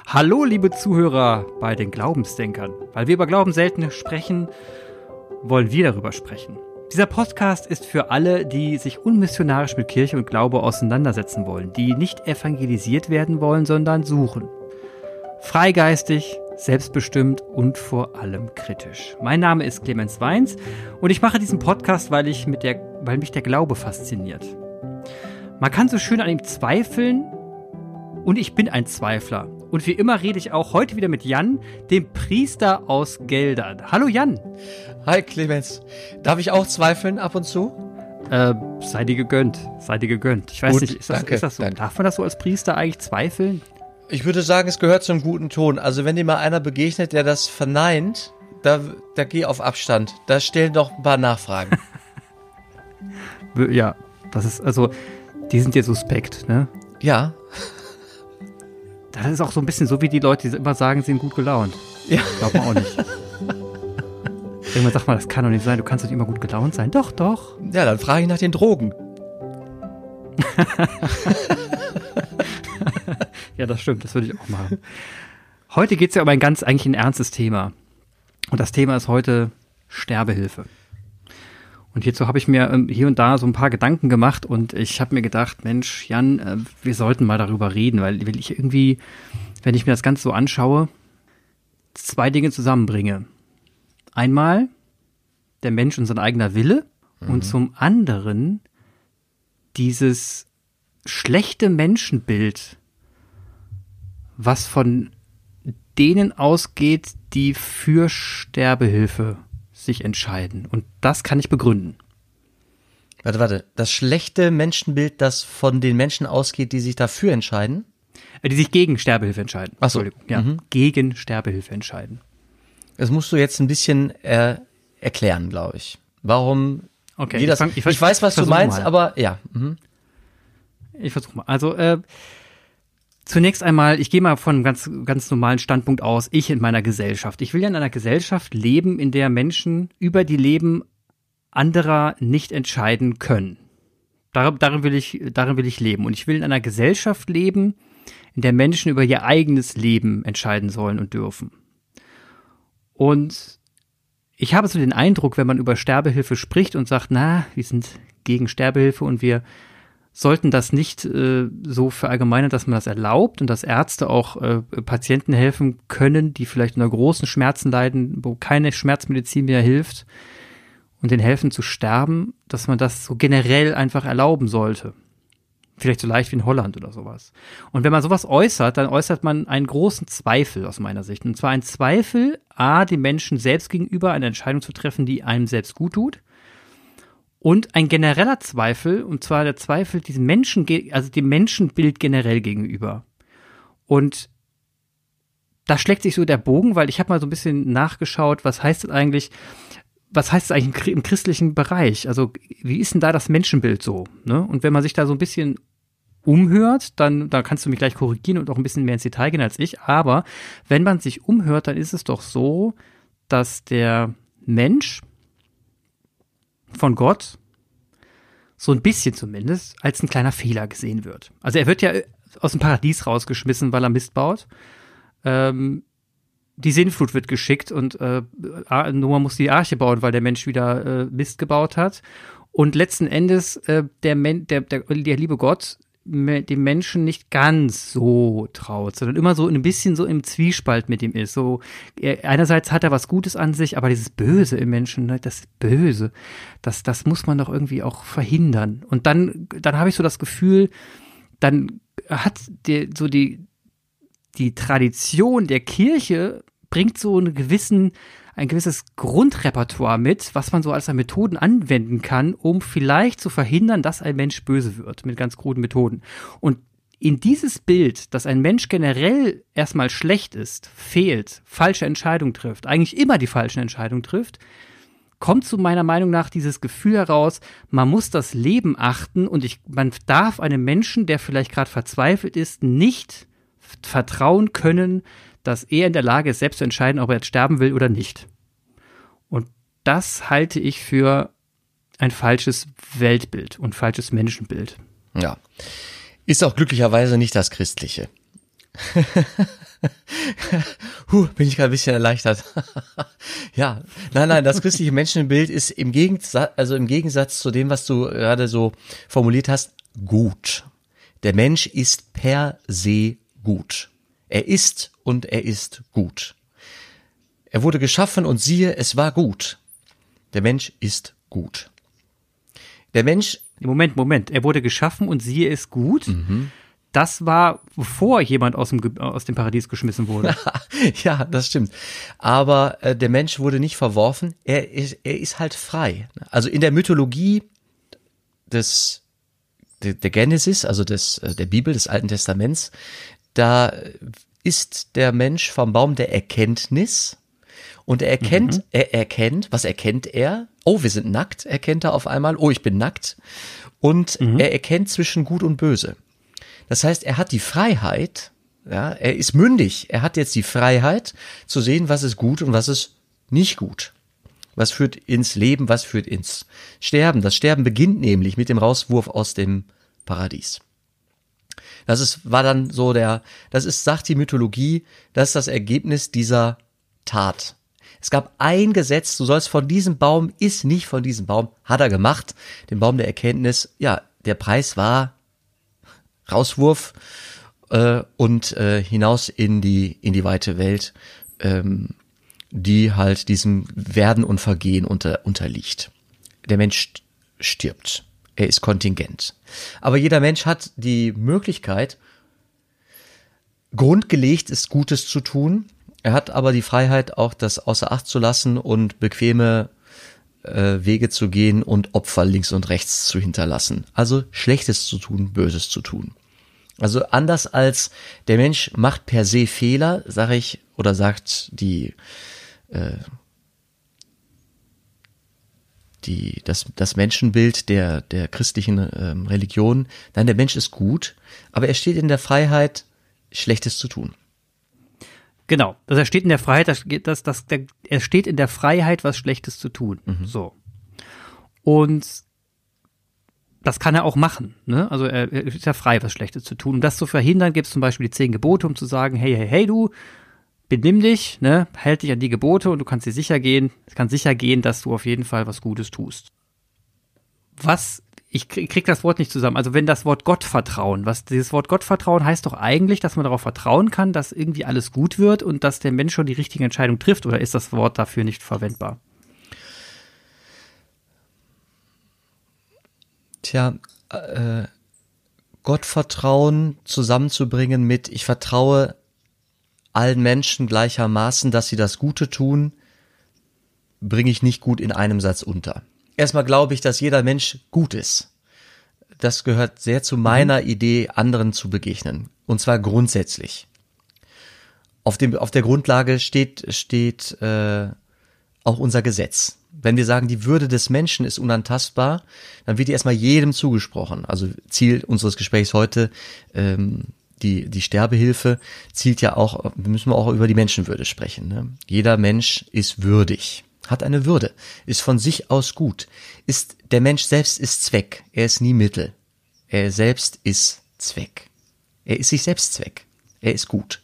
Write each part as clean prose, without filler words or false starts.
Hallo, liebe Zuhörer bei den Glaubensdenkern. Weil wir über Glauben selten sprechen, wollen wir darüber sprechen. Dieser Podcast ist für alle, die sich unmissionarisch mit Kirche und Glaube auseinandersetzen wollen, die nicht evangelisiert werden wollen, sondern suchen. Freigeistig, selbstbestimmt und vor allem kritisch. Mein Name ist Clemens Weins und ich mache diesen Podcast, weil mich der Glaube fasziniert. Man kann so schön an ihm zweifeln und ich bin ein Zweifler. Und wie immer rede ich auch heute wieder mit Jan, dem Priester aus Geldern. Hallo Jan. Hi Clemens. Darf ich auch zweifeln ab und zu? Sei dir gegönnt. Ich weiß nicht, ist das so? Danke. Darf man das so als Priester eigentlich zweifeln? Ich würde sagen, es gehört zum guten Ton. Also wenn dir mal einer begegnet, der das verneint, da geh auf Abstand. Da stellen doch ein paar Nachfragen. Ja, das ist, also, die sind dir suspekt, ne? Ja. Das ist auch so ein bisschen so wie die Leute, die immer sagen, sie sind gut gelaunt. Ja. Glaubt man auch nicht. Irgendwann sagt man, das kann doch nicht sein, du kannst doch nicht immer gut gelaunt sein. Doch. Ja, dann frage ich nach den Drogen. Ja, das stimmt, das würde ich auch machen. Heute geht es ja um eigentlich ein ernstes Thema. Und das Thema ist heute Sterbehilfe. Und hierzu habe ich mir hier und da so ein paar Gedanken gemacht und ich habe mir gedacht, Mensch, Jan, wir sollten mal darüber reden, weil ich irgendwie, wenn ich mir das Ganze so anschaue, zwei Dinge zusammenbringe. Einmal der Mensch und sein eigener Wille und zum anderen dieses schlechte Menschenbild, was von denen ausgeht, die für Sterbehilfe sich entscheiden. Und das kann ich begründen. Warte. Das schlechte Menschenbild, das von den Menschen ausgeht, die sich dafür entscheiden? Die sich gegen Sterbehilfe entscheiden. Ach so. Entschuldigung. Ja, gegen Sterbehilfe entscheiden. Das musst du jetzt ein bisschen erklären, glaube ich. Warum? Okay, ich weiß, was du meinst, mal. Aber ja. Ich versuche mal. Also, zunächst einmal, ich gehe mal von einem ganz, ganz normalen Standpunkt aus, ich in meiner Gesellschaft. Ich will ja in einer Gesellschaft leben, in der Menschen über die Leben anderer nicht entscheiden können. Darin will ich leben. Und ich will in einer Gesellschaft leben, in der Menschen über ihr eigenes Leben entscheiden sollen und dürfen. Und ich habe so den Eindruck, wenn man über Sterbehilfe spricht und sagt, wir sind gegen Sterbehilfe und wir sollten das nicht so verallgemeinern, dass man das erlaubt und dass Ärzte auch Patienten helfen können, die vielleicht unter großen Schmerzen leiden, wo keine Schmerzmedizin mehr hilft und denen helfen zu sterben, dass man das so generell einfach erlauben sollte. Vielleicht so leicht wie in Holland oder sowas. Und wenn man sowas äußert, dann äußert man einen großen Zweifel aus meiner Sicht. Und zwar ein Zweifel, dem Menschen selbst gegenüber eine Entscheidung zu treffen, die einem selbst gut tut. Und ein genereller Zweifel, und zwar der Zweifel diesem Menschen, also dem Menschenbild generell gegenüber. Und da schlägt sich so der Bogen, weil ich habe mal so ein bisschen nachgeschaut, was heißt es eigentlich im christlichen Bereich? Also wie ist denn da das Menschenbild so? Ne? Und wenn man sich da so ein bisschen umhört, dann kannst du mich gleich korrigieren und auch ein bisschen mehr ins Detail gehen als ich. Aber wenn man sich umhört, dann ist es doch so, dass der Mensch von Gott so ein bisschen zumindest als ein kleiner Fehler gesehen wird. Also er wird ja aus dem Paradies rausgeschmissen, weil er Mist baut. Die Sintflut wird geschickt und Noah muss die Arche bauen, weil der Mensch wieder Mist gebaut hat. Und letzten Endes der liebe Gott dem Menschen nicht ganz so traut, sondern immer so ein bisschen so im Zwiespalt mit ihm ist. So, einerseits hat er was Gutes an sich, aber dieses Böse im Menschen, ne, das Böse, das muss man doch irgendwie auch verhindern. Und dann habe ich so das Gefühl, dann hat die Tradition der Kirche bringt so ein gewisses Grundrepertoire mit, was man so als Methoden anwenden kann, um vielleicht zu verhindern, dass ein Mensch böse wird, mit ganz kruden Methoden. Und in dieses Bild, dass ein Mensch generell erstmal schlecht ist, fehlt, falsche Entscheidungen trifft, eigentlich immer die falschen Entscheidungen trifft, kommt zu meiner Meinung nach dieses Gefühl heraus, man muss das Leben achten und man darf einem Menschen, der vielleicht gerade verzweifelt ist, nicht vertrauen können, dass er in der Lage ist, selbst zu entscheiden, ob er jetzt sterben will oder nicht. Und das halte ich für ein falsches Weltbild und falsches Menschenbild. Ja. Ist auch glücklicherweise nicht das Christliche. Bin ich gerade ein bisschen erleichtert. Ja, nein, das christliche Menschenbild ist im Gegensatz zu dem, was du gerade so formuliert hast, gut. Der Mensch ist per se gut. Er ist und er ist gut. Er wurde geschaffen und siehe, es war gut. Der Mensch ist gut. Der Mensch... Moment. Er wurde geschaffen und siehe, es gut. Das war, bevor jemand aus dem Paradies geschmissen wurde. Ja, das stimmt. Aber der Mensch wurde nicht verworfen. Er ist halt frei. Also in der Mythologie der Genesis, also der Bibel, des Alten Testaments, da ist der Mensch vom Baum der Erkenntnis und er erkennt, was erkennt er? Oh, wir sind nackt, erkennt er auf einmal. Oh, ich bin nackt. Und er erkennt zwischen Gut und Böse. Das heißt, er hat die Freiheit, ja, er ist mündig. Er hat jetzt die Freiheit zu sehen, was ist gut und was ist nicht gut. Was führt ins Leben, was führt ins Sterben. Das Sterben beginnt nämlich mit dem Rauswurf aus dem Paradies. Sagt die Mythologie, das ist das Ergebnis dieser Tat. Es gab ein Gesetz, du sollst von diesem Baum, iss nicht von diesem Baum, hat er gemacht, den Baum der Erkenntnis, ja, der Preis war Rauswurf und hinaus in die weite Welt, die halt diesem Werden und Vergehen unterliegt. Der Mensch stirbt. Er ist kontingent. Aber jeder Mensch hat die Möglichkeit, grundgelegt ist, Gutes zu tun. Er hat aber die Freiheit, auch das außer Acht zu lassen und bequeme Wege zu gehen und Opfer links und rechts zu hinterlassen. Also Schlechtes zu tun, Böses zu tun. Also anders als der Mensch macht per se Fehler, sagt das Menschenbild der christlichen Religion. Nein, der Mensch ist gut, aber er steht in der Freiheit, Schlechtes zu tun. Genau, also er steht in der Freiheit, er steht in der Freiheit, was Schlechtes zu tun. So. Und das kann er auch machen, ne? Also er ist ja frei, was Schlechtes zu tun. Um das zu verhindern, gibt es zum Beispiel die 10 Gebote, um zu sagen, hey, du, benimm dich, ne? Halt dich an die Gebote und du kannst es kann sicher gehen, dass du auf jeden Fall was Gutes tust. Ich krieg das Wort nicht zusammen. Also wenn das Wort Gottvertrauen, dieses Wort Gottvertrauen heißt doch eigentlich, dass man darauf vertrauen kann, dass irgendwie alles gut wird und dass der Mensch schon die richtige Entscheidung trifft, oder ist das Wort dafür nicht verwendbar? Tja, Gottvertrauen zusammenzubringen mit ich vertraue allen Menschen gleichermaßen, dass sie das Gute tun, bringe ich nicht gut in einem Satz unter. Erstmal glaube ich, dass jeder Mensch gut ist. Das gehört sehr zu meiner Idee, anderen zu begegnen. Und zwar grundsätzlich. Auf der Grundlage steht auch unser Gesetz. Wenn wir sagen, die Würde des Menschen ist unantastbar, dann wird die erstmal jedem zugesprochen. Also Ziel unseres Gesprächs heute, die Sterbehilfe, zielt ja auch, müssen wir auch über die Menschenwürde sprechen. Ne? Jeder Mensch ist würdig, hat eine Würde, ist von sich aus gut. Der Mensch selbst ist Zweck, er ist nie Mittel. Er selbst ist Zweck. Er ist sich selbst Zweck. Er ist gut.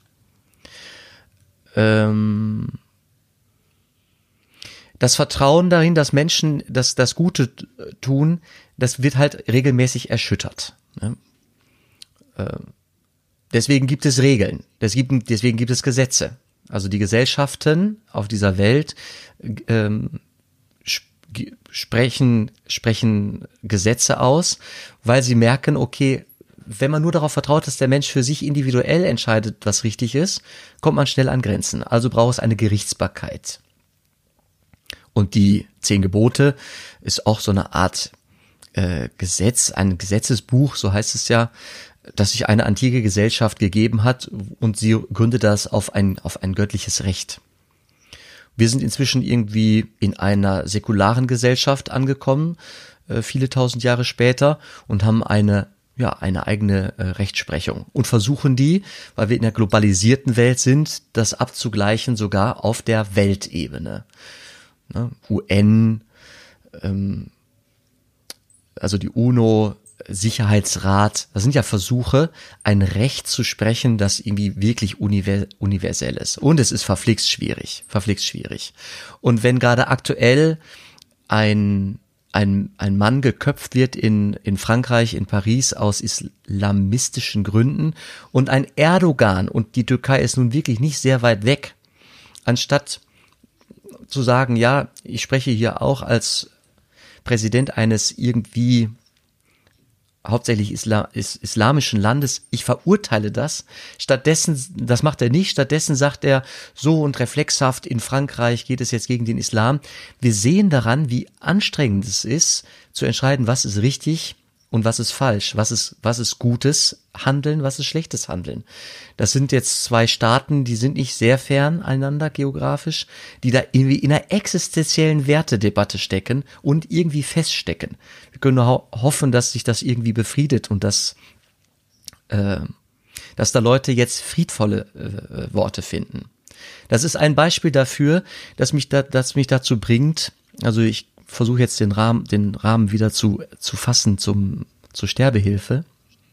Das Vertrauen darin, dass Menschen das Gute tun, das wird halt regelmäßig erschüttert. Ne? Deswegen gibt es Regeln, deswegen gibt es Gesetze. Also die Gesellschaften auf dieser Welt sprechen Gesetze aus, weil sie merken, okay, wenn man nur darauf vertraut, dass der Mensch für sich individuell entscheidet, was richtig ist, kommt man schnell an Grenzen. Also braucht es eine Gerichtsbarkeit. Und die 10 Gebote ist auch so eine Art Gesetz, ein Gesetzesbuch, so heißt es ja, das sich eine antike Gesellschaft gegeben hat und sie gründet das auf ein göttliches Recht. Wir sind inzwischen irgendwie in einer säkularen Gesellschaft angekommen, viele tausend Jahre später, und haben eine eigene Rechtsprechung und versuchen weil wir in einer globalisierten Welt sind, das abzugleichen sogar auf der Weltebene. Ne? UN, also die UNO, Sicherheitsrat, das sind ja Versuche, ein Recht zu sprechen, das irgendwie wirklich universell ist. Und es ist verflixt schwierig. Und wenn gerade aktuell ein Mann geköpft wird in Frankreich, in Paris aus islamistischen Gründen und ein Erdogan, und die Türkei ist nun wirklich nicht sehr weit weg, anstatt zu sagen, ja, ich spreche hier auch als Präsident eines irgendwie hauptsächlich islamischen Landes, ich verurteile das. Stattdessen, das macht er nicht, stattdessen sagt er so und reflexhaft, in Frankreich geht es jetzt gegen den Islam. Wir sehen daran, wie anstrengend es ist, zu entscheiden, was ist richtig und was ist falsch, was ist gutes Handeln, was ist schlechtes Handeln. Das sind jetzt zwei Staaten, die sind nicht sehr fern einander geografisch, die da irgendwie in einer existenziellen Wertedebatte stecken und irgendwie feststecken. Wir können nur hoffen, dass sich das irgendwie befriedet und dass da Leute jetzt friedvolle Worte finden. Das ist ein Beispiel dafür, dass mich dazu bringt, also ich versuche jetzt den Rahmen wieder zu fassen zur Sterbehilfe.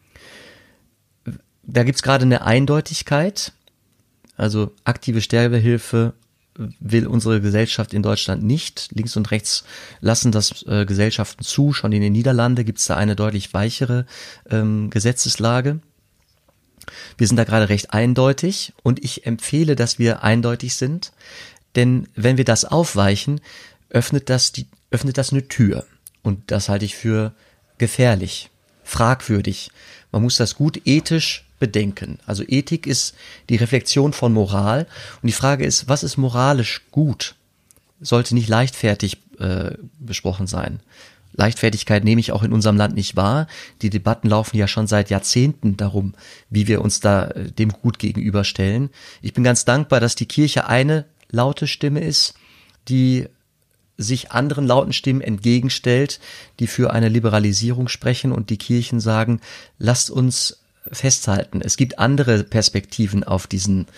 Da gibt's gerade eine Eindeutigkeit. Also aktive Sterbehilfe will unsere Gesellschaft in Deutschland nicht. Links und rechts lassen das Gesellschaften zu. Schon in den Niederlanden gibt's da eine deutlich weichere Gesetzeslage. Wir sind da gerade recht eindeutig und ich empfehle, dass wir eindeutig sind, denn wenn wir das aufweichen, öffnet das eine Tür und das halte ich für gefährlich, fragwürdig. Man muss das gut ethisch bedenken. Also Ethik ist die Reflexion von Moral und die Frage ist, was ist moralisch gut? Sollte nicht leichtfertig besprochen sein. Leichtfertigkeit nehme ich auch in unserem Land nicht wahr. Die Debatten laufen ja schon seit Jahrzehnten darum, wie wir uns da dem Gut gegenüberstellen. Ich bin ganz dankbar, dass die Kirche eine laute Stimme ist, die sich anderen lauten Stimmen entgegenstellt, die für eine Liberalisierung sprechen und die Kirchen sagen, lasst uns festhalten. Es gibt andere Perspektiven auf dieses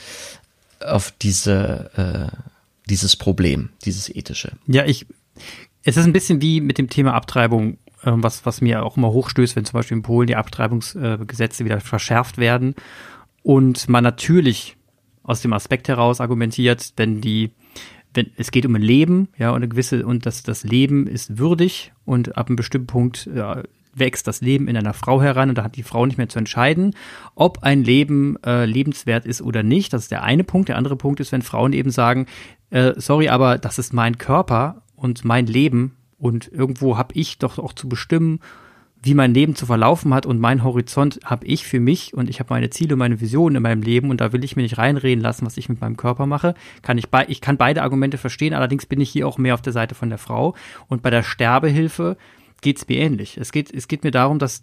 Problem, dieses ethische. Ja, es ist ein bisschen wie mit dem Thema Abtreibung, was mir auch immer hochstößt, wenn zum Beispiel in Polen die Abtreibungsgesetze wieder verschärft werden und man natürlich aus dem Aspekt heraus argumentiert, wenn es geht um ein Leben, ja, und das Leben ist würdig und ab einem bestimmten Punkt wächst das Leben in einer Frau heran und da hat die Frau nicht mehr zu entscheiden, ob ein Leben lebenswert ist oder nicht. Das ist der eine Punkt. Der andere Punkt ist, wenn Frauen eben sagen, sorry, aber das ist mein Körper und mein Leben und irgendwo habe ich doch auch zu bestimmen, wie mein Leben zu verlaufen hat und mein Horizont habe ich für mich und ich habe meine Ziele, meine Visionen in meinem Leben und da will ich mir nicht reinreden lassen, was ich mit meinem Körper mache. Ich kann beide Argumente verstehen, allerdings bin ich hier auch mehr auf der Seite von der Frau und bei der Sterbehilfe geht's mir ähnlich. Es geht mir darum, dass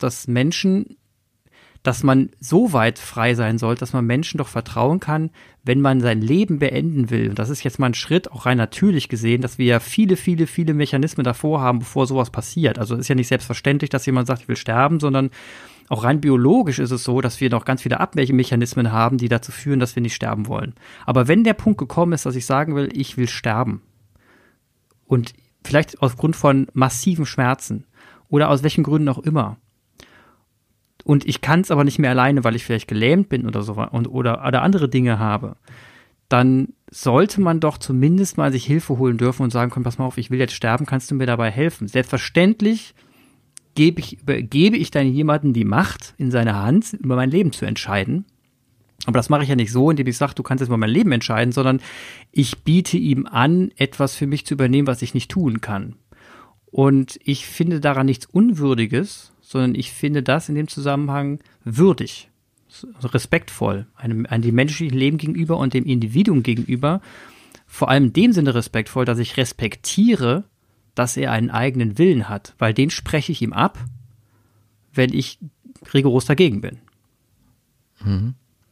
man so weit frei sein soll, dass man Menschen doch vertrauen kann, wenn man sein Leben beenden will. Und das ist jetzt mal ein Schritt, auch rein natürlich gesehen, dass wir ja viele, viele, viele Mechanismen davor haben, bevor sowas passiert. Also es ist ja nicht selbstverständlich, dass jemand sagt, ich will sterben, sondern auch rein biologisch ist es so, dass wir noch ganz viele Abwehrmechanismen haben, die dazu führen, dass wir nicht sterben wollen. Aber wenn der Punkt gekommen ist, dass ich sagen will, ich will sterben und vielleicht aufgrund von massiven Schmerzen oder aus welchen Gründen auch immer, und ich kann es aber nicht mehr alleine, weil ich vielleicht gelähmt bin oder so oder andere Dinge habe, dann sollte man doch zumindest mal sich Hilfe holen dürfen und sagen, komm, pass mal auf, ich will jetzt sterben, kannst du mir dabei helfen? Selbstverständlich gebe ich dann jemandem die Macht in seine Hand, über mein Leben zu entscheiden. Aber das mache ich ja nicht so, indem ich sage, du kannst jetzt mal mein Leben entscheiden, sondern ich biete ihm an, etwas für mich zu übernehmen, was ich nicht tun kann. Und ich finde daran nichts Unwürdiges, sondern ich finde das in dem Zusammenhang würdig, respektvoll, einem dem menschlichen Leben gegenüber und dem Individuum gegenüber, vor allem in dem Sinne respektvoll, dass ich respektiere, dass er einen eigenen Willen hat, weil den spreche ich ihm ab, wenn ich rigoros dagegen bin. Mhm.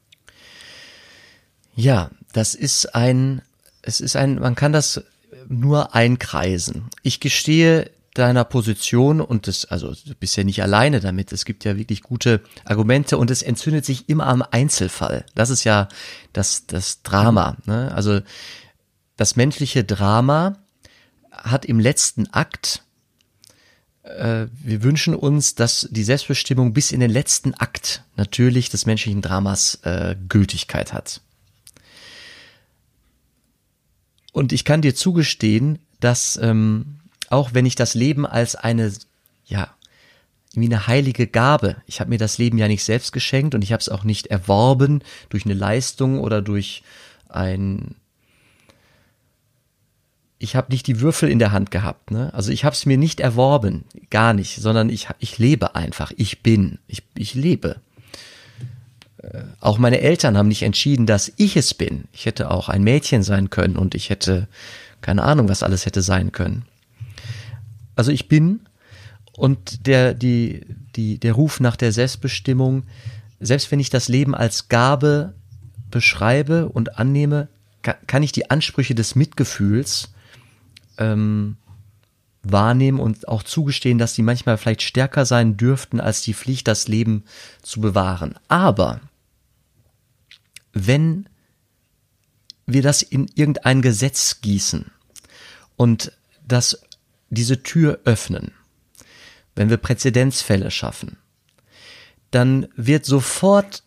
Ja, man kann das nur einkreisen. Ich gestehe deiner Position und du bist ja nicht alleine damit. Es gibt ja wirklich gute Argumente und es entzündet sich immer am Einzelfall. Das ist ja das Drama, ne? Also das menschliche Drama hat im letzten Akt wir wünschen uns, dass die Selbstbestimmung bis in den letzten Akt natürlich des menschlichen Dramas Gültigkeit hat. Und ich kann dir zugestehen, dass auch wenn ich das Leben als eine, ja, wie eine heilige Gabe, ich habe mir das Leben ja nicht selbst geschenkt und ich habe es auch nicht erworben durch eine Leistung oder durch ich habe nicht die Würfel in der Hand gehabt, ne? Also ich habe es mir nicht erworben, gar nicht, sondern ich lebe einfach, ich lebe. Auch meine Eltern haben nicht entschieden, dass ich es bin. Ich hätte auch ein Mädchen sein können und ich hätte, keine Ahnung, was alles hätte sein können. Also ich bin, und der Ruf nach der Selbstbestimmung, selbst wenn ich das Leben als Gabe beschreibe und annehme, kann ich die Ansprüche des Mitgefühls wahrnehmen und auch zugestehen, dass die manchmal vielleicht stärker sein dürften als die Pflicht, das Leben zu bewahren. Aber wenn wir das in irgendein Gesetz gießen und diese Tür öffnen, wenn wir Präzedenzfälle schaffen, dann werden sofort,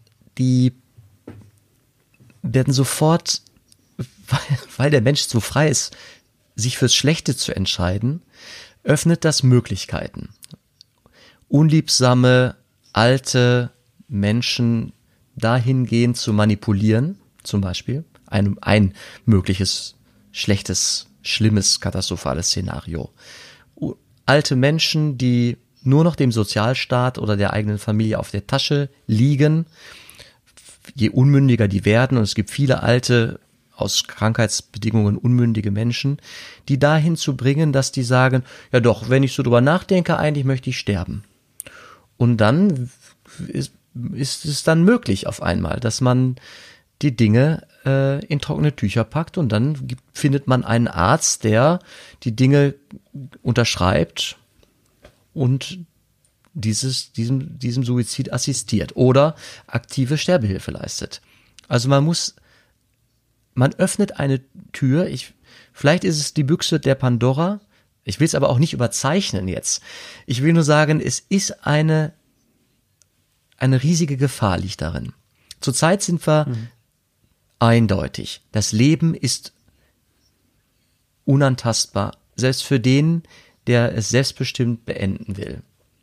weil der Mensch so frei ist, sich fürs Schlechte zu entscheiden, öffnet das Möglichkeiten. Unliebsame, alte Menschen dahingehend zu manipulieren, zum Beispiel, ein mögliches, schlechtes, schlimmes, katastrophales Szenario. Alte Menschen, die nur noch dem Sozialstaat oder der eigenen Familie auf der Tasche liegen, je unmündiger die werden, und es gibt viele alte, aus Krankheitsbedingungen unmündige Menschen, die dahin zu bringen, dass die sagen, ja doch, wenn ich so drüber nachdenke, eigentlich möchte ich sterben. Und dann ist es dann möglich auf einmal, dass man die Dinge in trockene Tücher packt und dann findet man einen Arzt, der die Dinge unterschreibt und diesem Suizid assistiert oder aktive Sterbehilfe leistet. Also man öffnet eine Tür, vielleicht ist es die Büchse der Pandora, ich will es aber auch nicht überzeichnen jetzt. Ich will nur sagen, es ist eine riesige Gefahr liegt darin. Zurzeit sind wir eindeutig. Das Leben ist unantastbar, selbst für den, der es selbstbestimmt beenden will.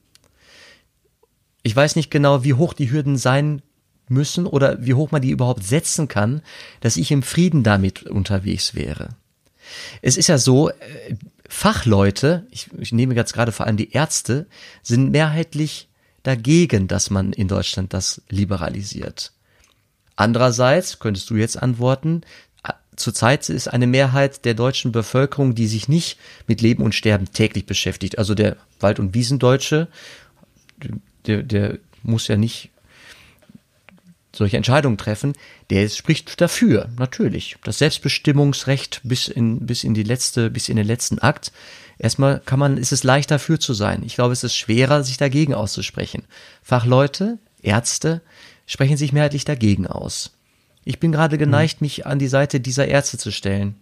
Ich weiß nicht genau, wie hoch die Hürden sein müssen oder wie hoch man die überhaupt setzen kann, dass ich im Frieden damit unterwegs wäre. Es ist ja so, Fachleute, ich nehme jetzt gerade vor allem die Ärzte, sind mehrheitlich dagegen, dass man in Deutschland das liberalisiert. Andererseits, könntest du jetzt antworten, zurzeit ist eine Mehrheit der deutschen Bevölkerung, die sich nicht mit Leben und Sterben täglich beschäftigt. Also der Wald- und Wiesendeutsche, der muss ja nicht solche Entscheidungen treffen, der spricht dafür, natürlich. Das Selbstbestimmungsrecht bis in den letzten Akt. Erstmal ist es leicht dafür zu sein. Ich glaube, es ist schwerer, sich dagegen auszusprechen. Fachleute, Ärzte sprechen sich mehrheitlich dagegen aus. Ich bin gerade geneigt, mich an die Seite dieser Ärzte zu stellen.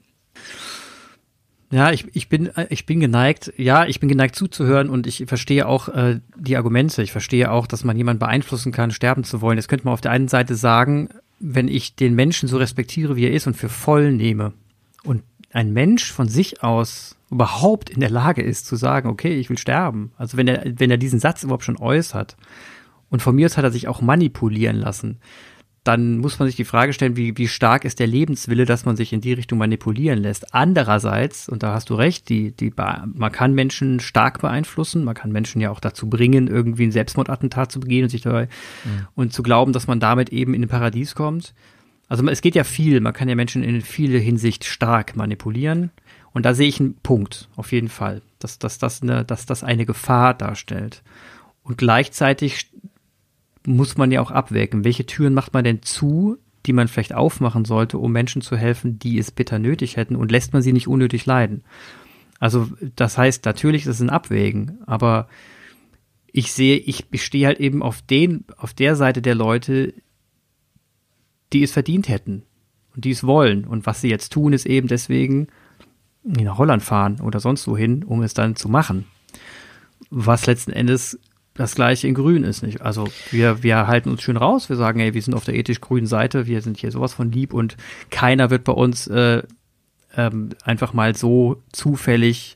Ja, ich bin geneigt zuzuhören und ich verstehe auch die Argumente. Ich verstehe auch, dass man jemanden beeinflussen kann, sterben zu wollen. Jetzt könnte man auf der einen Seite sagen, wenn ich den Menschen so respektiere, wie er ist und für voll nehme und ein Mensch von sich aus überhaupt in der Lage ist zu sagen, okay, ich will sterben. Also wenn er diesen Satz überhaupt schon äußert und von mir aus hat er sich auch manipulieren lassen, dann muss man sich die Frage stellen, wie stark ist der Lebenswille, dass man sich in die Richtung manipulieren lässt. Andererseits, und da hast du recht, man kann Menschen stark beeinflussen, man kann Menschen ja auch dazu bringen, irgendwie ein Selbstmordattentat zu begehen und sich dabei und zu glauben, dass man damit eben in ein Paradies kommt. Also es geht ja viel, man kann ja Menschen in vieler Hinsicht stark manipulieren. Und da sehe ich einen Punkt, auf jeden Fall, dass das eine Gefahr darstellt. Und gleichzeitig muss man ja auch abwägen, welche Türen macht man denn zu, die man vielleicht aufmachen sollte, um Menschen zu helfen, die es bitter nötig hätten, und lässt man sie nicht unnötig leiden. Also das heißt, natürlich ist es ein Abwägen, aber ich stehe halt eben auf der Seite der Leute, die es verdient hätten und die es wollen. Und was sie jetzt tun, ist eben deswegen nach Holland fahren oder sonst wohin, um es dann zu machen. was letzten Endes das Gleiche in Grün ist, nicht? Also wir halten uns schön raus, wir sagen, ey, wir sind auf der ethisch grünen Seite, wir sind hier sowas von lieb und keiner wird bei uns einfach mal so zufällig,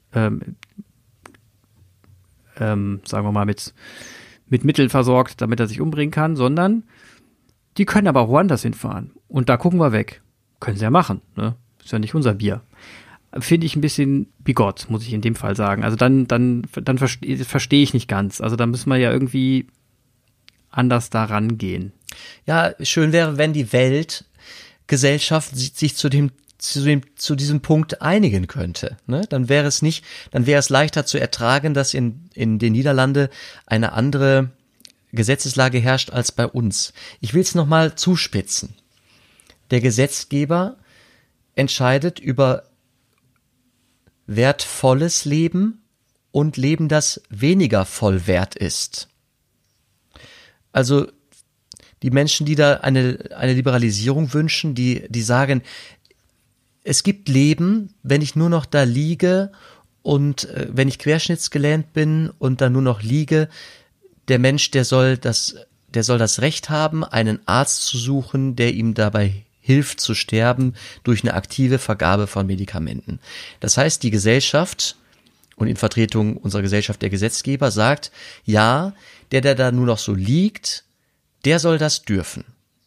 sagen wir mal, mit Mitteln versorgt, damit er sich umbringen kann, sondern die können aber auch woanders hinfahren. Und da gucken wir weg. Können sie ja machen, ne? Ist ja nicht unser Bier. Finde ich ein bisschen bigott, muss ich in dem Fall sagen. Also dann verstehe ich nicht ganz. Also da müssen wir ja irgendwie anders da rangehen. Ja, schön wäre, wenn die Weltgesellschaft sich zu diesem Punkt einigen könnte. Ne? Dann wäre es leichter zu ertragen, dass in den Niederlanden eine andere Gesetzeslage herrscht als bei uns. Ich will es nochmal zuspitzen. Der Gesetzgeber entscheidet über wertvolles Leben und Leben, das weniger voll wert ist. Also die Menschen, die da eine Liberalisierung wünschen, die sagen, es gibt Leben, wenn ich nur noch da liege und wenn ich querschnittsgelähmt bin und dann nur noch liege, der Mensch, der soll das Recht haben, einen Arzt zu suchen, der ihm dabei hilft zu sterben durch eine aktive Vergabe von Medikamenten. Das heißt, die Gesellschaft und in Vertretung unserer Gesellschaft der Gesetzgeber sagt, ja, der da nur noch so liegt, der soll das dürfen.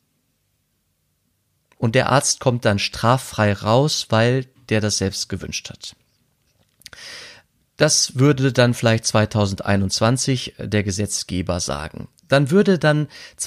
Und der Arzt kommt dann straffrei raus, weil der das selbst gewünscht hat. Das würde dann vielleicht 2021 der Gesetzgeber sagen. Dann würde dann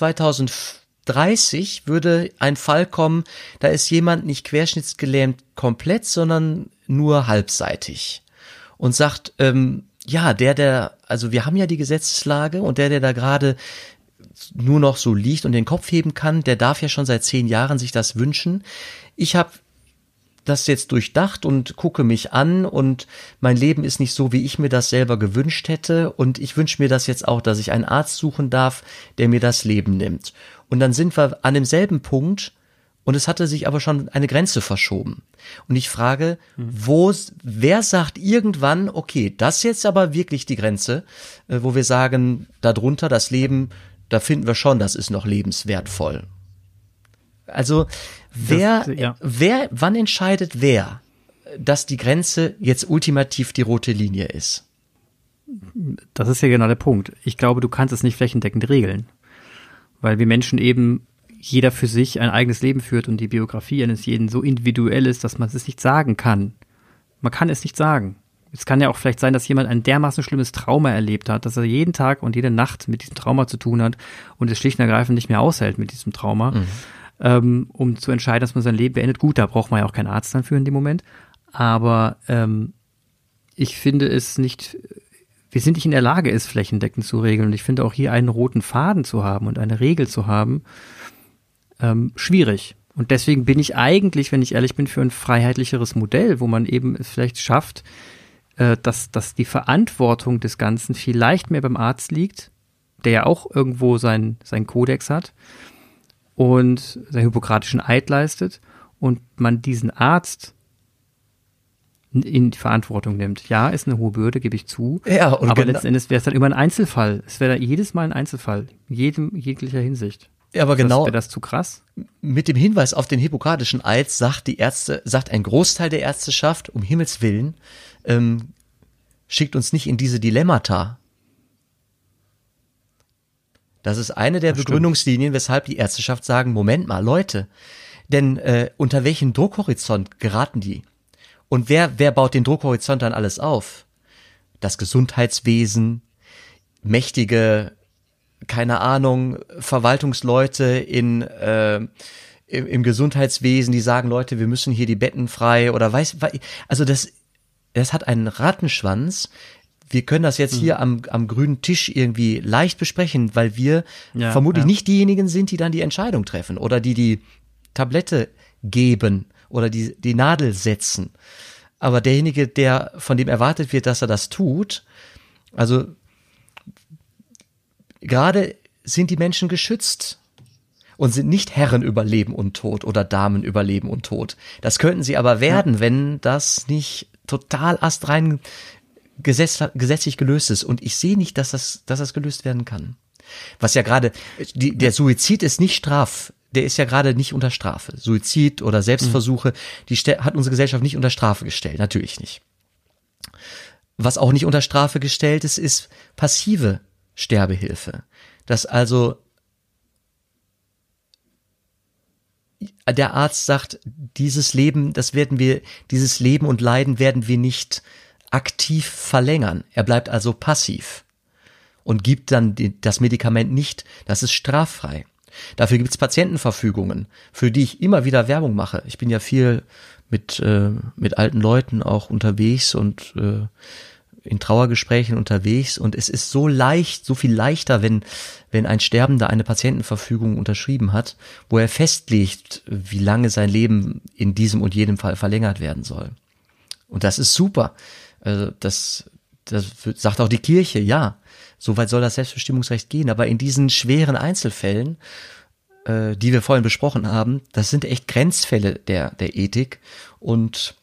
2030 würde ein Fall kommen, da ist jemand nicht querschnittsgelähmt komplett, sondern nur halbseitig und sagt, ja, also wir haben ja die Gesetzeslage und der da gerade nur noch so liegt und den Kopf heben kann, der darf ja schon seit 10 Jahren sich das wünschen. Ich habe das jetzt durchdacht und gucke mich an und mein Leben ist nicht so, wie ich mir das selber gewünscht hätte und ich wünsche mir das jetzt auch, dass ich einen Arzt suchen darf, der mir das Leben nimmt. Und dann sind wir an demselben Punkt und es hatte sich aber schon eine Grenze verschoben. Und ich frage, wer sagt irgendwann, okay, das ist jetzt aber wirklich die Grenze, wo wir sagen, darunter das Leben, da finden wir schon, das ist noch lebenswertvoll. Also wann entscheidet wer, dass die Grenze jetzt ultimativ die rote Linie ist? Das ist ja genau der Punkt. Ich glaube, du kannst es nicht flächendeckend regeln, weil wir Menschen eben jeder für sich ein eigenes Leben führt und die Biografie eines jeden so individuell ist, dass man es nicht sagen kann. Man kann es nicht sagen. Es kann ja auch vielleicht sein, dass jemand ein dermaßen schlimmes Trauma erlebt hat, dass er jeden Tag und jede Nacht mit diesem Trauma zu tun hat und es schlicht und ergreifend nicht mehr aushält mit diesem Trauma, um zu entscheiden, dass man sein Leben beendet. Gut, da braucht man ja auch keinen Arzt dann für in dem Moment. Aber ich finde es nicht, wir sind nicht in der Lage, es flächendeckend zu regeln. Und ich finde auch hier einen roten Faden zu haben und eine Regel zu haben, schwierig. Und deswegen bin ich eigentlich, wenn ich ehrlich bin, für ein freiheitlicheres Modell, wo man eben es vielleicht schafft, dass die Verantwortung des Ganzen vielleicht mehr beim Arzt liegt, der ja auch irgendwo seinen Kodex hat und seinen hippokratischen Eid leistet und man diesen Arzt in die Verantwortung nimmt. Ja, ist eine hohe Bürde, gebe ich zu, ja, aber letzten Endes wäre es dann immer ein Einzelfall. Es wäre jedes Mal ein Einzelfall, in jeglicher Hinsicht. Ja, aber genau. Wäre das zu krass? Mit dem Hinweis auf den hippokratischen Eid sagt ein Großteil der Ärzteschaft, um Himmels Willen, schickt uns nicht in diese Dilemmata. Das ist eine der Begründungslinien, weshalb die Ärzteschaft sagen, Moment mal, Leute, denn unter welchen Druckhorizont geraten die? Und wer baut den Druckhorizont dann alles auf? Das Gesundheitswesen, mächtige, keine Ahnung, Verwaltungsleute im Gesundheitswesen, die sagen, Leute, wir müssen hier die Betten frei oder also das hat einen Rattenschwanz. Wir können das jetzt hier am grünen Tisch irgendwie leicht besprechen, weil wir vermutlich nicht diejenigen sind, die dann die Entscheidung treffen oder die Tablette geben oder die Nadel setzen. Aber derjenige, von dem erwartet wird, dass er das tut, also gerade sind die Menschen geschützt und sind nicht Herren über Leben und Tod oder Damen über Leben und Tod. Das könnten sie aber werden, wenn das nicht total astrein gesetzlich gelöst ist. Und ich sehe nicht, dass das gelöst werden kann. Was ja gerade, der Suizid ist nicht der ist ja gerade nicht unter Strafe. Suizid oder Selbstversuche, die hat unsere Gesellschaft nicht unter Strafe gestellt. Natürlich nicht. Was auch nicht unter Strafe gestellt ist, ist passive Sterbehilfe. Dass also der Arzt sagt, dieses Leben und Leiden werden wir nicht aktiv verlängern. Er bleibt also passiv und gibt dann das Medikament nicht. Das ist straffrei. Dafür gibt es Patientenverfügungen, für die ich immer wieder Werbung mache. Ich bin ja viel mit alten Leuten auch unterwegs und in Trauergesprächen unterwegs, und es ist so viel leichter, wenn ein Sterbender eine Patientenverfügung unterschrieben hat, wo er festlegt, wie lange sein Leben in diesem und jedem Fall verlängert werden soll. Und das ist super. Also das sagt auch die Kirche, ja, soweit soll das Selbstbestimmungsrecht gehen, aber in diesen schweren Einzelfällen, die wir vorhin besprochen haben, das sind echt Grenzfälle der Ethik, und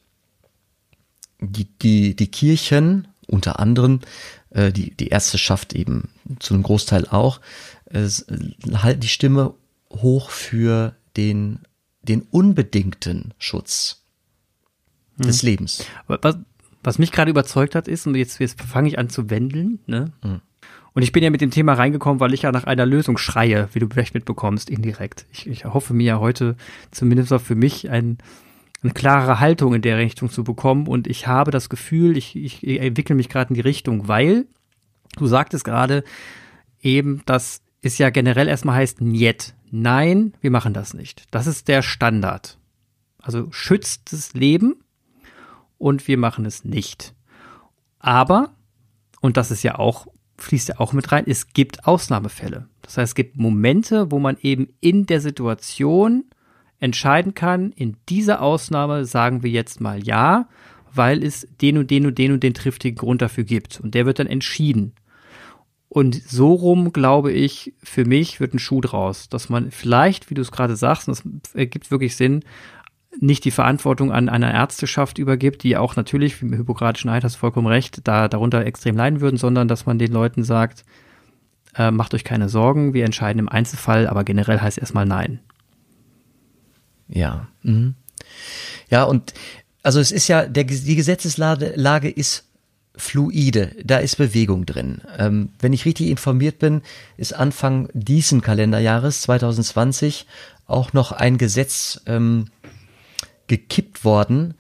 die Kirchen, unter anderem die Ärzteschaft eben zu einem Großteil auch, halten die Stimme hoch für den unbedingten Schutz des Lebens. Was mich gerade überzeugt hat, ist, und jetzt fange ich an zu wendeln, ne? Und ich bin ja mit dem Thema reingekommen, weil ich ja nach einer Lösung schreie, wie du vielleicht mitbekommst, indirekt. Ich hoffe mir ja heute zumindest auch für mich eine klare Haltung in der Richtung zu bekommen, und ich habe das Gefühl, ich entwickle mich gerade in die Richtung, weil du sagtest gerade eben, dass es ja generell erstmal heißt, niet, nein, wir machen das nicht. Das ist der Standard. Also schützt das Leben und wir machen es nicht. Aber, und das ist ja auch, fließt ja auch mit rein, es gibt Ausnahmefälle. Das heißt, es gibt Momente, wo man eben in der Situation entscheiden kann, in dieser Ausnahme sagen wir jetzt mal ja, weil es den und den und den und den triftigen Grund dafür gibt. Und der wird dann entschieden. Und so rum, glaube ich, für mich wird ein Schuh draus, dass man vielleicht, wie du es gerade sagst, und das ergibt wirklich Sinn, nicht die Verantwortung an einer Ärzteschaft übergibt, die auch natürlich, wie im Hippokratischen Eid, hast du vollkommen recht, darunter extrem leiden würden, sondern dass man den Leuten sagt, macht euch keine Sorgen, wir entscheiden im Einzelfall, aber generell heißt erstmal nein. Ja. Mhm. Ja, und also es ist ja, die Gesetzeslage ist fluide, da ist Bewegung drin. Wenn ich richtig informiert bin, ist Anfang diesen Kalenderjahres 2020 auch noch ein Gesetz gekippt worden,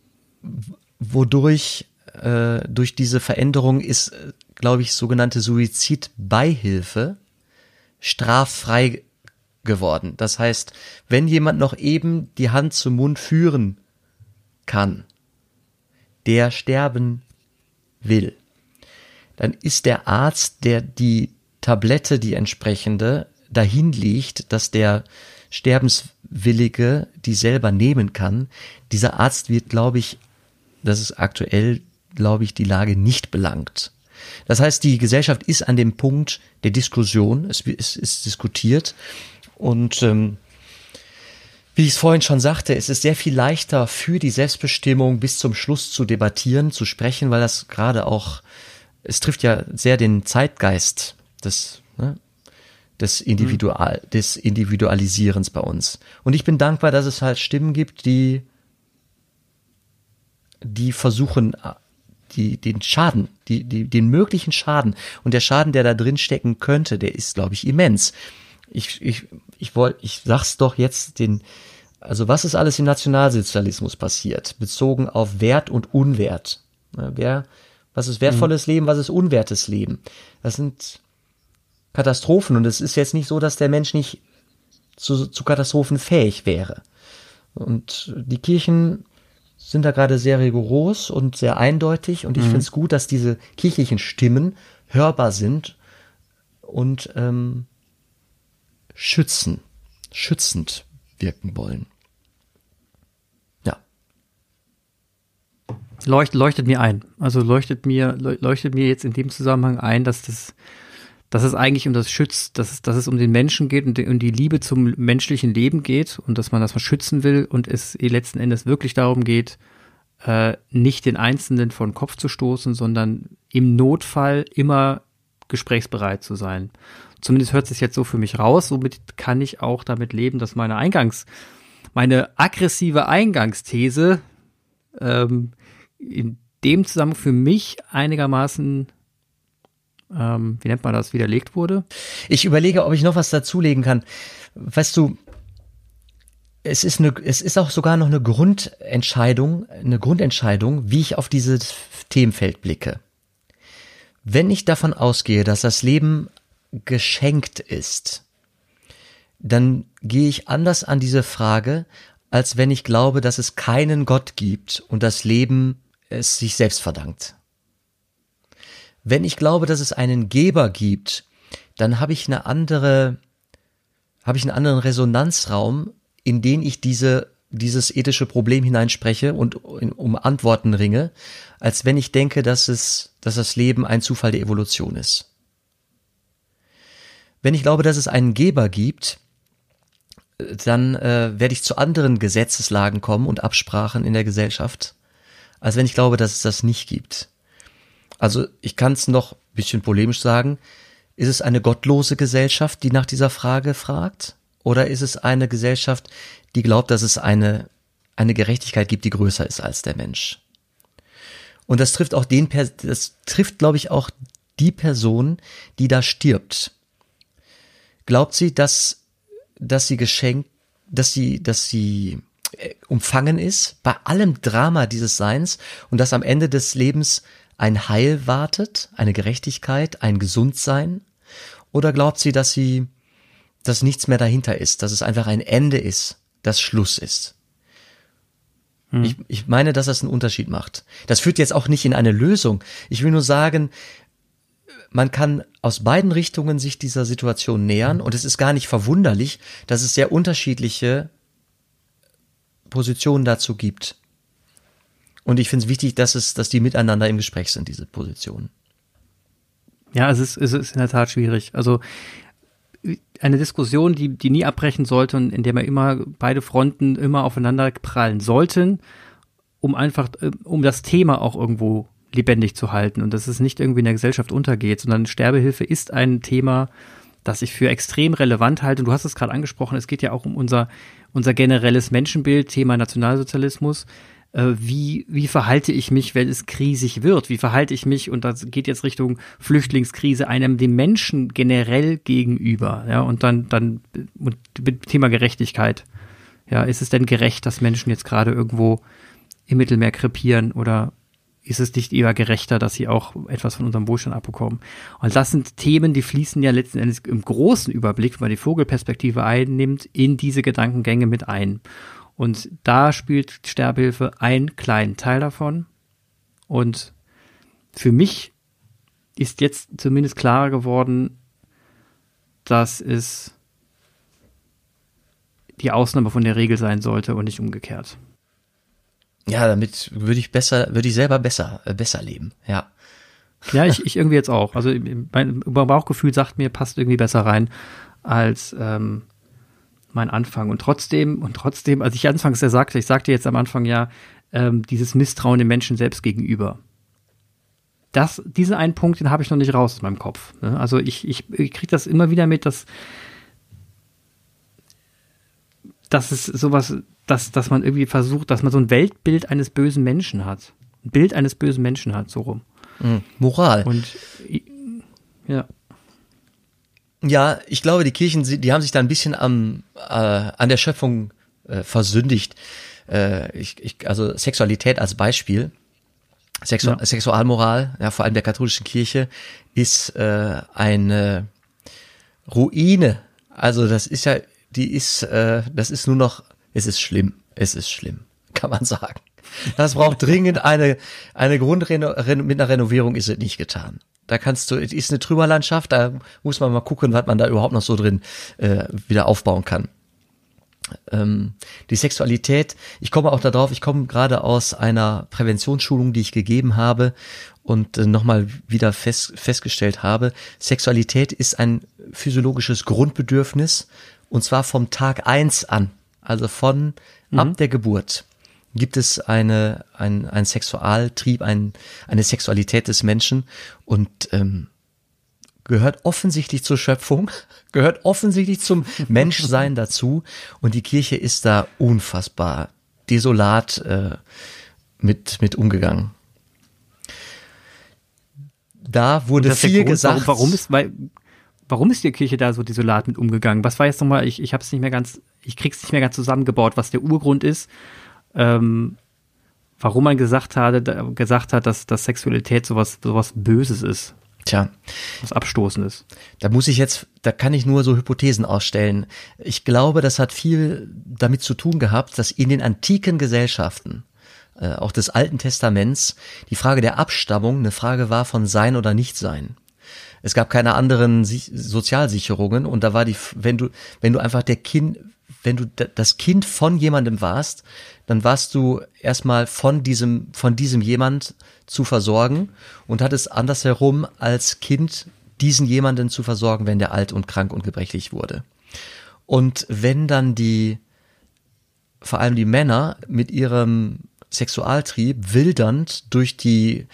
wodurch durch diese Veränderung ist, glaube ich, sogenannte Suizidbeihilfe straffrei geworden. Das heißt, wenn jemand noch eben die Hand zum Mund führen kann, der sterben will, dann ist der Arzt, der die Tablette, die entsprechende, dahin legt, dass der Sterbenswillige die selber nehmen kann. Dieser Arzt wird, glaube ich, das ist aktuell, glaube ich, die Lage nicht belangt. Das heißt, die Gesellschaft ist an dem Punkt der Diskussion, es ist diskutiert, und wie ich es vorhin schon sagte, es ist sehr viel leichter für die Selbstbestimmung bis zum Schluss zu debattieren, zu sprechen, weil das gerade auch, es trifft ja sehr den Zeitgeist des Individualisierens bei uns. Und ich bin dankbar, dass es halt Stimmen gibt, die versuchen, den möglichen Schaden, und der Schaden, der da drin stecken könnte, der ist, glaube ich, immens. Ich sag's doch jetzt also was ist alles im Nationalsozialismus passiert, bezogen auf Wert und Unwert? Was ist wertvolles Leben, was ist unwertes Leben? Das sind Katastrophen, und es ist jetzt nicht so, dass der Mensch nicht zu Katastrophen fähig wäre. Und die Kirchen sind da gerade sehr rigoros und sehr eindeutig, und ich finde es gut, dass diese kirchlichen Stimmen hörbar sind und schützend wirken wollen. Ja. Leuchtet mir ein. Also leuchtet mir jetzt in dem Zusammenhang ein, dass es eigentlich um dass es um den Menschen geht und um die Liebe zum menschlichen Leben geht und dass man das mal schützen will und es letzten Endes wirklich darum geht, nicht den Einzelnen von Kopf zu stoßen, sondern im Notfall immer gesprächsbereit zu sein. Zumindest hört es sich jetzt so für mich raus. Somit kann ich auch damit leben, dass meine aggressive Eingangsthese in dem Zusammenhang für mich einigermaßen, wie nennt man das, widerlegt wurde. Ich überlege, ob ich noch was dazulegen kann. Weißt du, es ist auch sogar noch eine Grundentscheidung, wie ich auf dieses Themenfeld blicke. Wenn ich davon ausgehe, dass das Leben geschenkt ist, dann gehe ich anders an diese Frage, als wenn ich glaube, dass es keinen Gott gibt und das Leben es sich selbst verdankt. Wenn ich glaube, dass es einen Geber gibt, dann habe ich einen anderen Resonanzraum, in den ich dieses ethische Problem hineinspreche und um Antworten ringe, als wenn ich denke, dass das Leben ein Zufall der Evolution ist. Wenn ich glaube, dass es einen Geber gibt, dann werde ich zu anderen Gesetzeslagen kommen und Absprachen in der Gesellschaft, als wenn ich glaube, dass es das nicht gibt. Also ich kann es noch ein bisschen polemisch sagen, ist es eine gottlose Gesellschaft, die nach dieser Frage fragt? Oder ist es eine Gesellschaft, die glaubt, dass es eine Gerechtigkeit gibt, die größer ist als der Mensch? Und das trifft glaube ich, auch die Person, die da stirbt. Glaubt sie, dass sie umfangen ist bei allem Drama dieses Seins und dass am Ende des Lebens ein Heil wartet, eine Gerechtigkeit, ein Gesundsein? Oder glaubt sie, dass nichts mehr dahinter ist, dass es einfach ein Ende ist, das Schluss ist? Ich meine, dass das einen Unterschied macht. Das führt jetzt auch nicht in eine Lösung. Ich will nur sagen, man kann aus beiden Richtungen sich dieser Situation nähern und es ist gar nicht verwunderlich, dass es sehr unterschiedliche Positionen dazu gibt. Und ich finde es wichtig, dass die miteinander im Gespräch sind, diese Positionen. Ja, es ist in der Tat schwierig. Also eine Diskussion, die nie abbrechen sollte und in der man immer beide Fronten immer aufeinander prallen sollten, um das Thema auch irgendwo lebendig zu halten und dass es nicht irgendwie in der Gesellschaft untergeht, sondern Sterbehilfe ist ein Thema, das ich für extrem relevant halte. Und du hast es gerade angesprochen, es geht ja auch um unser generelles Menschenbild, Thema Nationalsozialismus. Wie verhalte ich mich, wenn es krisig wird? Wie verhalte ich mich, und das geht jetzt Richtung Flüchtlingskrise, dem Menschen generell gegenüber, ja, und dann Thema Gerechtigkeit. Ja, ist es denn gerecht, dass Menschen jetzt gerade irgendwo im Mittelmeer krepieren, oder ist es nicht eher gerechter, dass sie auch etwas von unserem Wohlstand abbekommen? Und das sind Themen, die fließen ja letzten Endes im großen Überblick, wenn man die Vogelperspektive einnimmt, in diese Gedankengänge mit ein. Und da spielt Sterbehilfe einen kleinen Teil davon. Und für mich ist jetzt zumindest klarer geworden, dass es die Ausnahme von der Regel sein sollte und nicht umgekehrt. Ja, damit würde ich selber besser leben, ja. Ja, ich irgendwie jetzt auch. Also mein Bauchgefühl sagt mir, passt irgendwie besser rein als mein Anfang. Und trotzdem, als ich anfangs ich sagte jetzt am Anfang ja, dieses Misstrauen dem Menschen selbst gegenüber. Diesen einen Punkt, den habe ich noch nicht raus aus meinem Kopf. Ne? Also ich kriege das immer wieder mit, dass es sowas, dass man irgendwie versucht, dass man so ein Weltbild eines bösen Menschen hat. Ein Bild eines bösen Menschen hat, so rum. Moral. Und ja. Ja, ich glaube, die Kirchen, die haben sich da ein bisschen an der Schöpfung versündigt. Also Sexualität als Beispiel. Sexualmoral, ja, vor allem der katholischen Kirche, ist eine Ruine. Also das ist ja, das ist nur noch, es ist schlimm, kann man sagen. Das braucht dringend eine mit einer Renovierung ist es nicht getan. Da es ist eine Trümmerlandschaft, da muss man mal gucken, was man da überhaupt noch so drin wieder aufbauen kann. Die Sexualität, ich komme gerade aus einer Präventionsschulung, die ich gegeben habe und nochmal wieder festgestellt habe, Sexualität ist ein physiologisches Grundbedürfnis und zwar vom Tag 1 an, also ab der Geburt. gibt es ein Sexualtrieb, eine Sexualität des Menschen und gehört offensichtlich zur Schöpfung, gehört offensichtlich zum Menschsein dazu und die Kirche ist da unfassbar desolat mit umgegangen. Da wurde viel gesagt. Warum ist die Kirche da so desolat mit umgegangen? Was war jetzt nochmal, ich krieg's nicht mehr ganz zusammengebaut, was der Urgrund ist, warum man gesagt hat, dass Sexualität sowas Böses ist. Tja. Was Abstoßendes. Da kann ich nur so Hypothesen ausstellen. Ich glaube, das hat viel damit zu tun gehabt, dass in den antiken Gesellschaften, auch des Alten Testaments, die Frage der Abstammung eine Frage war von Sein oder Nichtsein. Es gab keine anderen Sozialsicherungen und da war wenn du das Kind von jemandem warst, dann warst du erstmal von diesem jemand zu versorgen und hattest andersherum als Kind diesen jemanden zu versorgen, wenn der alt und krank und gebrechlich wurde. Und wenn dann vor allem die Männer mit ihrem Sexualtrieb wildernd durch den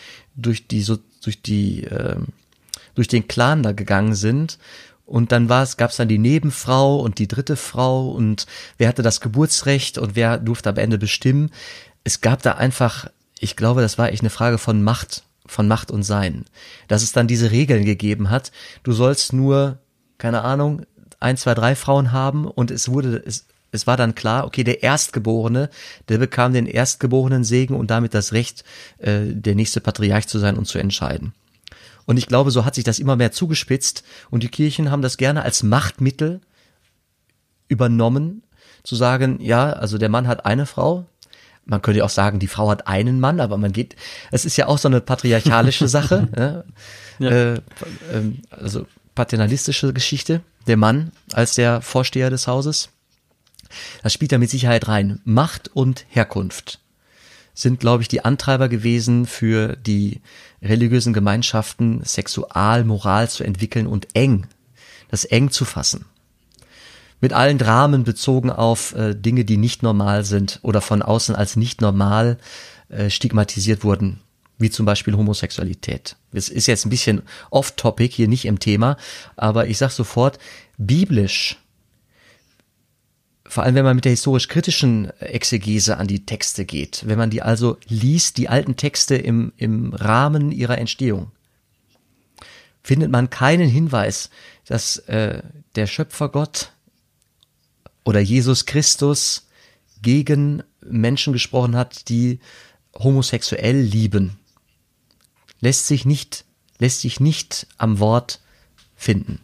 Clan da gegangen sind und dann gab's dann die Nebenfrau und die dritte Frau und wer hatte das Geburtsrecht und wer durfte am Ende bestimmen. Es gab da einfach, ich glaube, das war echt eine Frage von Macht und Sein. Dass es dann diese Regeln gegeben hat, du sollst nur, keine Ahnung, 1, 2, 3 Frauen haben und es war dann klar, okay, der Erstgeborene, der bekam den erstgeborenen Segen und damit das Recht, der nächste Patriarch zu sein und zu entscheiden. Und ich glaube, so hat sich das immer mehr zugespitzt und die Kirchen haben das gerne als Machtmittel übernommen, zu sagen, ja, also der Mann hat eine Frau, man könnte auch sagen, die Frau hat einen Mann, aber es ist ja auch so eine patriarchalische Sache, ja. Also paternalistische Geschichte, der Mann als der Vorsteher des Hauses. Das spielt da mit Sicherheit rein. Macht und Herkunft sind, glaube ich, die Antreiber gewesen für die religiösen Gemeinschaften, Sexualmoral zu entwickeln und das eng zu fassen. Mit allen Dramen bezogen auf Dinge, die nicht normal sind oder von außen als nicht normal stigmatisiert wurden, wie zum Beispiel Homosexualität. Das ist jetzt ein bisschen off-topic, hier nicht im Thema, aber ich sag sofort, biblisch, vor allem wenn man mit der historisch-kritischen Exegese an die Texte geht, wenn man die also liest, die alten Texte im Rahmen ihrer Entstehung, findet man keinen Hinweis, dass der Schöpfergott oder Jesus Christus gegen Menschen gesprochen hat, die homosexuell lieben. Lässt sich nicht am Wort finden.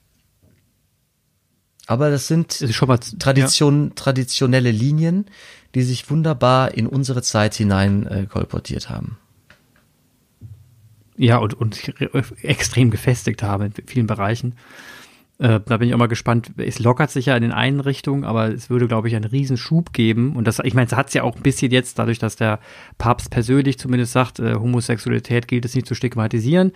Aber das sind schon mal, traditionelle Linien, die sich wunderbar in unsere Zeit hinein kolportiert haben. Ja, und extrem gefestigt haben in vielen Bereichen. Da bin ich auch mal gespannt. Es lockert sich ja in den einen Richtungen, aber es würde, glaube ich, einen riesen Schub geben. Und ich meine, es hat es ja auch ein bisschen jetzt, dadurch, dass der Papst persönlich zumindest sagt, Homosexualität gilt es nicht zu stigmatisieren.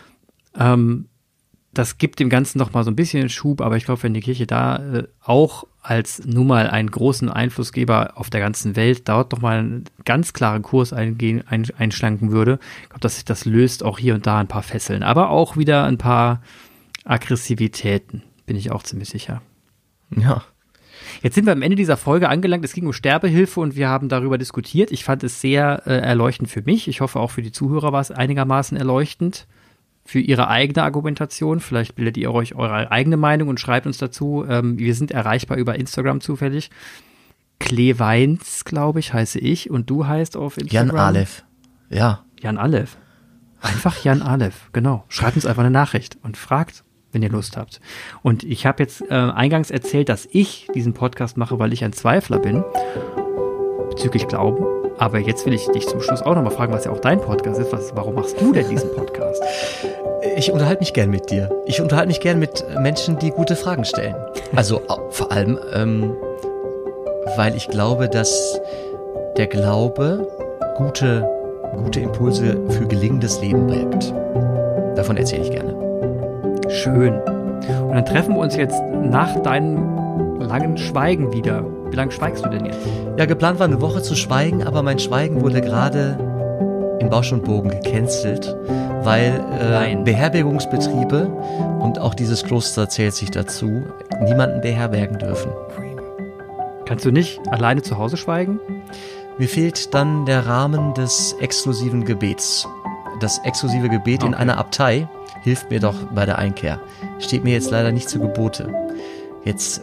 Das gibt dem Ganzen noch mal so ein bisschen Schub, aber ich glaube, wenn die Kirche da auch als nun mal einen großen Einflussgeber auf der ganzen Welt dort noch mal einen ganz klaren Kurs einschlanken würde, ich glaube, das löst auch hier und da ein paar Fesseln, aber auch wieder ein paar Aggressivitäten, bin ich auch ziemlich sicher. Ja. Jetzt sind wir am Ende dieser Folge angelangt. Es ging um Sterbehilfe und wir haben darüber diskutiert. Ich fand es sehr erleuchtend für mich. Ich hoffe, auch für die Zuhörer war es einigermaßen erleuchtend. Für ihre eigene Argumentation. Vielleicht bildet ihr euch eure eigene Meinung und schreibt uns dazu. Wir sind erreichbar über Instagram zufällig. Kleweins, glaube ich, heiße ich. Und du heißt auf Instagram? Jan Aleph. Ja. Jan Aleph. Einfach Jan Aleph, genau. Schreibt uns einfach eine Nachricht und fragt, wenn ihr Lust habt. Und ich habe jetzt eingangs erzählt, dass ich diesen Podcast mache, weil ich ein Zweifler bin bezüglich Glauben. Aber jetzt will ich dich zum Schluss auch nochmal fragen, was ja auch dein Podcast ist. Warum machst du denn diesen Podcast? Ich unterhalte mich gern mit dir. Ich unterhalte mich gern mit Menschen, die gute Fragen stellen. Also vor allem, weil ich glaube, dass der Glaube gute Impulse für gelingendes Leben birgt. Davon erzähle ich gerne. Schön. Und dann treffen wir uns jetzt nach deinem langen Schweigen wieder. Wie lange schweigst du denn jetzt? Ja, geplant war eine Woche zu schweigen, aber mein Schweigen wurde gerade in Bausch und Bogen gecancelt, weil Beherbergungsbetriebe, und auch dieses Kloster zählt sich dazu, niemanden beherbergen dürfen. Kannst du nicht alleine zu Hause schweigen? Mir fehlt dann der Rahmen des exklusiven Gebets. Das exklusive Gebet in einer Abtei hilft mir doch bei der Einkehr. Steht mir jetzt leider nicht zu Gebote. Jetzt,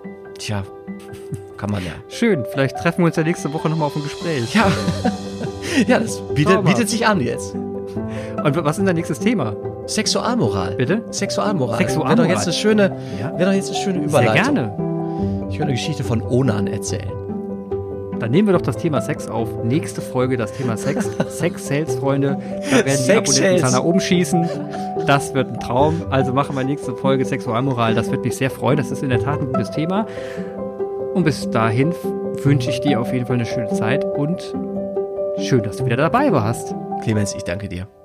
kann man ja. Schön, vielleicht treffen wir uns ja nächste Woche nochmal auf ein Gespräch. Ja, ja, das bietet sich an jetzt. Und was ist denn dein nächstes Thema? Sexualmoral. Bitte? Sexualmoral. Sexualmoral. Wäre doch jetzt eine schöne Überleitung. Sehr gerne. Ich will eine Geschichte von Onan erzählen. Dann nehmen wir doch das Thema Sex auf. Nächste Folge das Thema Sex. Sex Sales, Freunde. Da werden die Abonnentenzahl nach oben schießen. Das wird ein Traum. Also machen wir nächste Folge Sexualmoral. Das wird mich sehr freuen. Das ist in der Tat ein gutes Thema. Und bis dahin wünsche ich dir auf jeden Fall eine schöne Zeit und schön, dass du wieder dabei warst. Clemens, ich danke dir.